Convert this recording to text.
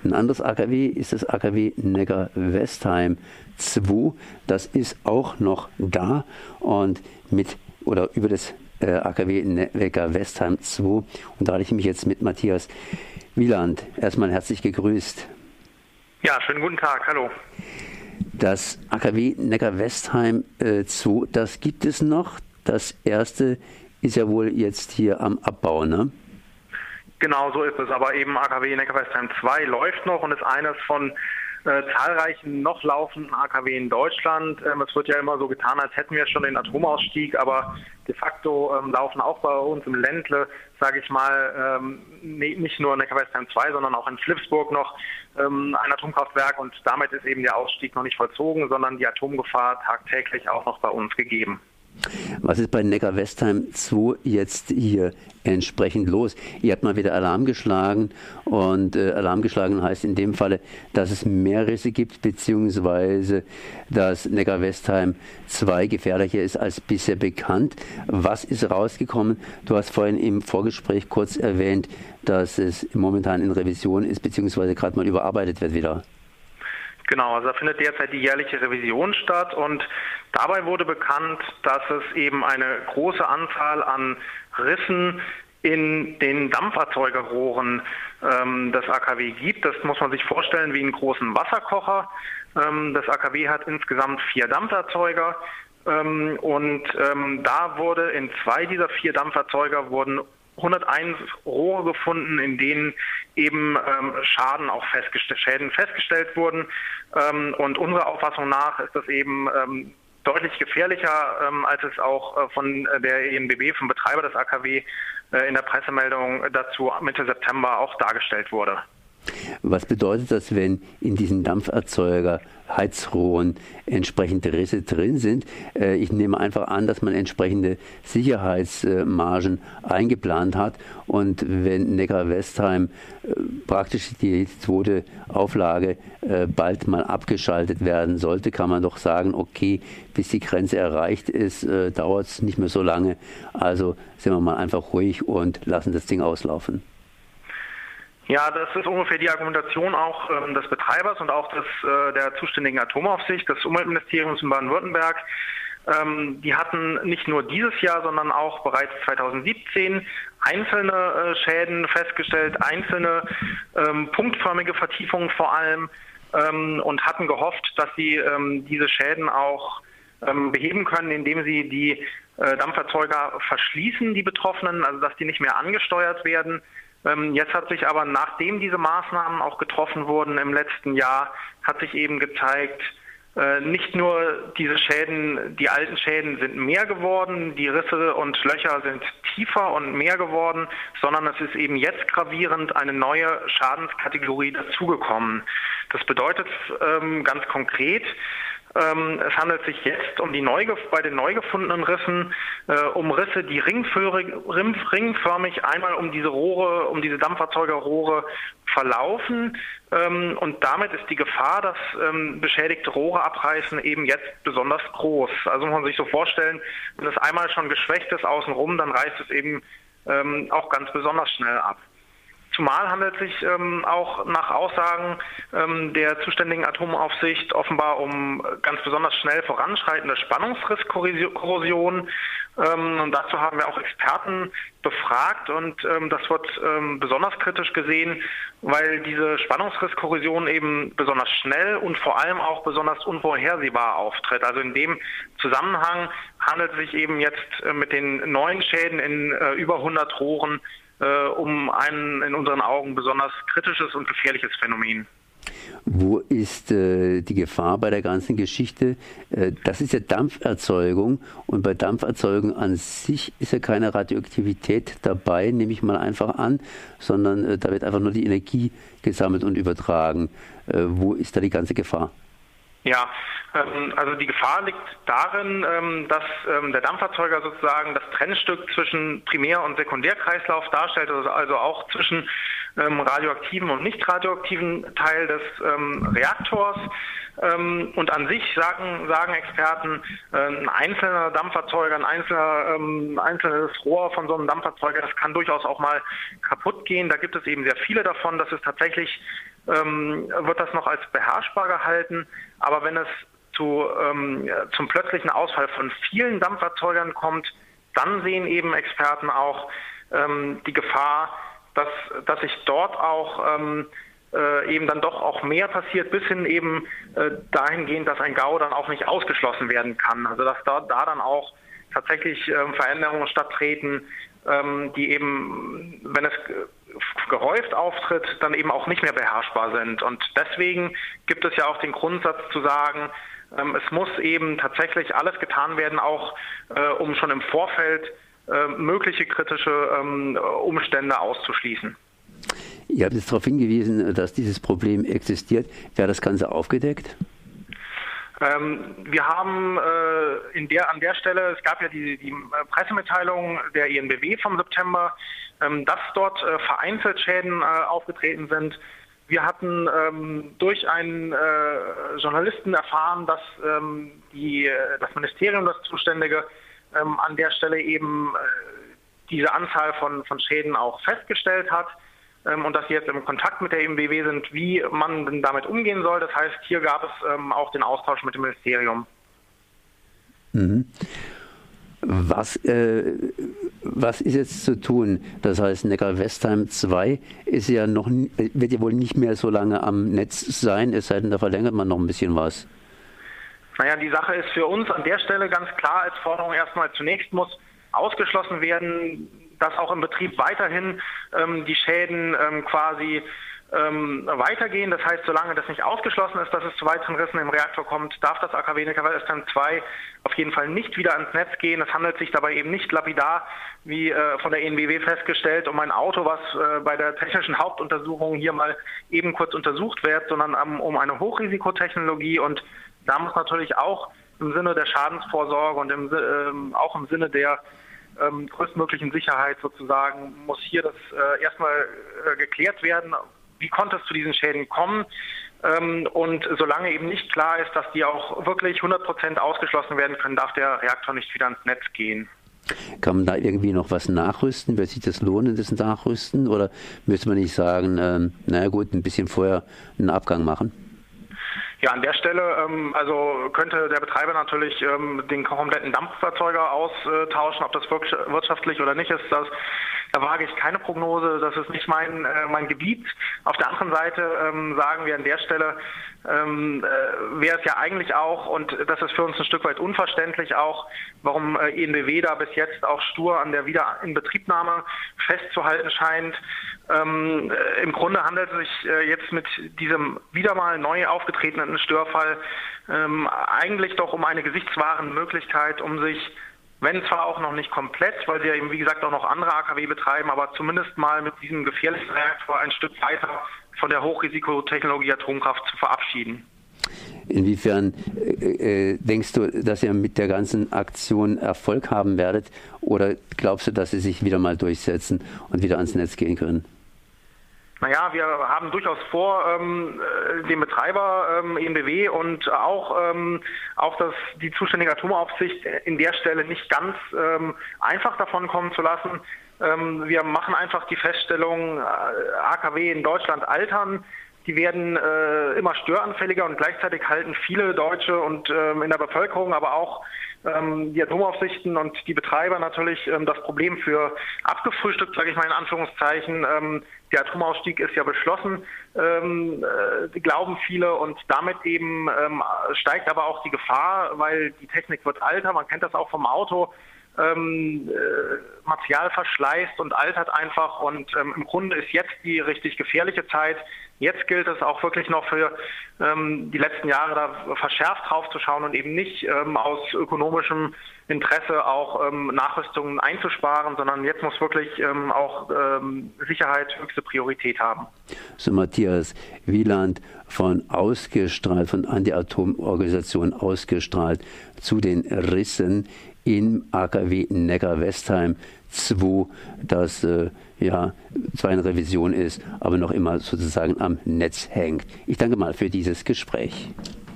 Ein anderes AKW ist das AKW Neckar-Westheim 2. Das ist auch noch da und über das AKW Neckar-Westheim 2 unterhalte ich mich jetzt mit Matthias Wieland. Erstmal herzlich gegrüßt. Ja, schönen guten Tag, hallo. Das AKW Neckar-Westheim 2, das gibt es noch. Das erste ist ja wohl jetzt hier am Abbau, ne? Genau, so ist es. Aber eben AKW Neckar-Westheim 2 läuft noch und ist eines von zahlreichen noch laufenden AKW in Deutschland. Es wird ja immer so getan, als hätten wir schon den Atomausstieg, aber de facto laufen auch bei uns im Ländle, sage ich mal, nicht nur Neckar-Westheim 2, sondern auch in Flipsburg noch ein Atomkraftwerk und damit ist eben der Ausstieg noch nicht vollzogen, sondern die Atomgefahr tagtäglich auch noch bei uns gegeben. Was ist bei Neckar-Westheim 2 jetzt hier entsprechend los? Ihr habt mal wieder Alarm geschlagen und Alarm geschlagen heißt in dem Falle, dass es mehr Risse gibt, beziehungsweise dass Neckar-Westheim 2 gefährlicher ist als bisher bekannt. Was ist rausgekommen? Du hast vorhin im Vorgespräch kurz erwähnt, dass es momentan in Revision ist, beziehungsweise gerade mal überarbeitet wird wieder. Genau, also da findet derzeit die jährliche Revision statt und dabei wurde bekannt, dass es eben eine große Anzahl an Rissen in den Dampferzeugerrohren des AKW gibt. Das muss man sich vorstellen wie einen großen Wasserkocher. Das AKW hat insgesamt 4 Dampferzeuger und da wurde in 2 dieser 4 Dampferzeuger wurden 101 Rohre gefunden, in denen eben Schäden festgestellt wurden. Und unserer Auffassung nach ist das eben deutlich gefährlicher, als es auch von der EnBW, vom Betreiber des AKW, in der Pressemeldung dazu Mitte September auch dargestellt wurde. Was bedeutet das, wenn in diesen Dampferzeuger Heizrohren entsprechende Risse drin sind? Ich nehme einfach an, dass man entsprechende Sicherheitsmargen eingeplant hat und wenn Neckar-Westheim praktisch die zweite Auflage bald mal abgeschaltet werden sollte, kann man doch sagen, okay, bis die Grenze erreicht ist, dauert es nicht mehr so lange, also sind wir mal einfach ruhig und lassen das Ding auslaufen. Ja, das ist ungefähr die Argumentation auch des Betreibers und auch der zuständigen Atomaufsicht, des Umweltministeriums in Baden-Württemberg. Die hatten nicht nur dieses Jahr, sondern auch bereits 2017 einzelne Schäden festgestellt, einzelne punktförmige Vertiefungen vor allem und hatten gehofft, dass sie diese Schäden auch beheben können, indem sie die Dampferzeuger verschließen, die Betroffenen, also dass die nicht mehr angesteuert werden. Jetzt hat sich aber, nachdem diese Maßnahmen auch getroffen wurden im letzten Jahr, hat sich eben gezeigt, nicht nur diese Schäden, die alten Schäden sind mehr geworden, die Risse und Löcher sind tiefer und mehr geworden, sondern es ist eben jetzt gravierend eine neue Schadenskategorie dazugekommen. Das bedeutet ganz konkret, es handelt sich jetzt bei den neu gefundenen Rissen um Risse, die ringförmig einmal um diese Dampferzeugerrohre verlaufen und damit ist die Gefahr, dass beschädigte Rohre abreißen, eben jetzt besonders groß. Also muss man sich so vorstellen, wenn es einmal schon geschwächt ist außenrum, dann reißt es eben auch ganz besonders schnell ab. Zumal handelt es sich auch nach Aussagen der zuständigen Atomaufsicht offenbar um ganz besonders schnell voranschreitende Spannungsrisskorrosion. Und dazu haben wir auch Experten befragt und das wird besonders kritisch gesehen, weil diese Spannungsrisskorrosion eben besonders schnell und vor allem auch besonders unvorhersehbar auftritt. Also in dem Zusammenhang handelt es sich eben jetzt mit den neuen Schäden in über 100 Rohren um ein in unseren Augen besonders kritisches und gefährliches Phänomen. Wo ist die Gefahr bei der ganzen Geschichte? Das ist ja Dampferzeugung und bei Dampferzeugung an sich ist ja keine Radioaktivität dabei, nehme ich mal einfach an, sondern da wird einfach nur die Energie gesammelt und übertragen. Wo ist da die ganze Gefahr? Ja, also die Gefahr liegt darin, dass der Dampferzeuger sozusagen das Trennstück zwischen Primär- und Sekundärkreislauf darstellt, also auch zwischen radioaktiven und nicht radioaktiven Teil des Reaktors. Und an sich sagen Experten, ein einzelner Dampferzeuger, ein einzelnes Rohr von so einem Dampferzeuger, das kann durchaus auch mal kaputt gehen. Da gibt es eben sehr viele davon. Das ist tatsächlich wird das noch als beherrschbar gehalten. Aber wenn es zum plötzlichen Ausfall von vielen Dampferzeugern kommt, dann sehen eben Experten auch die Gefahr, dass sich dort auch eben dann doch auch mehr passiert, bis hin eben dahingehend, dass ein GAU dann auch nicht ausgeschlossen werden kann. Also dass da dann auch tatsächlich Veränderungen statttreten, die eben, wenn es gehäuft auftritt, dann eben auch nicht mehr beherrschbar sind. Und deswegen gibt es ja auch den Grundsatz zu sagen, es muss eben tatsächlich alles getan werden, auch um schon im Vorfeld mögliche kritische Umstände auszuschließen. Ihr habt jetzt darauf hingewiesen, dass dieses Problem existiert. Wer hat das Ganze aufgedeckt? Wir haben an der Stelle, es gab ja die Pressemitteilung der INBW vom September, dass dort vereinzelt Schäden aufgetreten sind. Wir hatten durch einen Journalisten erfahren, dass das Ministerium, das Zuständige, an der Stelle eben diese Anzahl von Schäden auch festgestellt hat. Und dass sie jetzt im Kontakt mit der INBW sind, wie man denn damit umgehen soll. Das heißt, hier gab es auch den Austausch mit dem Ministerium. Mhm. Was ist jetzt zu tun? Das heißt, Neckar-Westheim 2 wird ja wohl nicht mehr so lange am Netz sein, es sei denn, da verlängert man noch ein bisschen was. Naja, die Sache ist für uns an der Stelle ganz klar als Forderung erstmal, zunächst muss ausgeschlossen werden, dass auch im Betrieb weiterhin die Schäden quasi weitergehen. Das heißt, solange das nicht ausgeschlossen ist, dass es zu weiteren Rissen im Reaktor kommt, darf das AKW Neckar-Westheim 2 auf jeden Fall nicht wieder ans Netz gehen. Es handelt sich dabei eben nicht lapidar, wie von der EnBW festgestellt, um ein Auto, was bei der technischen Hauptuntersuchung hier mal eben kurz untersucht wird, sondern um eine Hochrisikotechnologie. Und da muss natürlich auch im Sinne der Schadensvorsorge und auch im Sinne der größtmöglichen Sicherheit sozusagen, muss hier das erstmal geklärt werden. Wie konnte es zu diesen Schäden kommen? Und solange eben nicht klar ist, dass die auch wirklich 100% ausgeschlossen werden können, darf der Reaktor nicht wieder ans Netz gehen. Kann man da irgendwie noch was nachrüsten? Wird sich das lohnen, das Nachrüsten? Oder müsste man nicht sagen, naja gut, ein bisschen vorher einen Abgang machen? Ja, an der Stelle also könnte der Betreiber natürlich den kompletten Dampferzeuger austauschen, ob das wirtschaftlich oder nicht ist. Da wage ich keine Prognose, das ist nicht mein Gebiet. Auf der anderen Seite sagen wir an der Stelle, wäre es ja eigentlich auch, und das ist für uns ein Stück weit unverständlich auch, warum EnBW da bis jetzt auch stur an der Wiederinbetriebnahme festzuhalten scheint. Im Grunde handelt es sich jetzt mit diesem wieder mal neu aufgetretenen Störfall eigentlich doch um eine Gesichtswarenmöglichkeit, um sich, wenn zwar auch noch nicht komplett, weil sie ja eben wie gesagt auch noch andere AKW betreiben, aber zumindest mal mit diesem gefährlichen Reaktor ein Stück weiter von der Hochrisikotechnologie Atomkraft zu verabschieden. Inwiefern denkst du, dass ihr mit der ganzen Aktion Erfolg haben werdet, oder glaubst du, dass sie sich wieder mal durchsetzen und wieder ans Netz gehen können? Naja, wir haben durchaus vor, den Betreiber EnBW und auch die zuständige Atomaufsicht in der Stelle nicht ganz einfach davon kommen zu lassen. Wir machen einfach die Feststellung, AKW in Deutschland altern. Die werden immer störanfälliger und gleichzeitig halten viele Deutsche und in der Bevölkerung, aber auch die Atomaufsichten und die Betreiber natürlich das Problem für abgefrühstückt, sage ich mal in Anführungszeichen. Der Atomausstieg ist ja beschlossen, glauben viele, und damit eben steigt aber auch die Gefahr, weil die Technik wird alter, man kennt das auch vom Auto. Material verschleißt und altert einfach, und im Grunde ist jetzt die richtig gefährliche Zeit. Jetzt gilt es auch wirklich noch für die letzten Jahre da verschärft drauf zu schauen und eben nicht aus ökonomischem Interesse auch Nachrüstungen einzusparen, sondern jetzt muss wirklich auch Sicherheit höchste Priorität haben. So, Matthias Wieland von Anti-Atom-Organisation Ausgestrahlt zu den Rissen im AKW Neckar-Westheim 2, das zwar in Revision ist, aber noch immer sozusagen am Netz hängt. Ich danke mal für dieses Gespräch.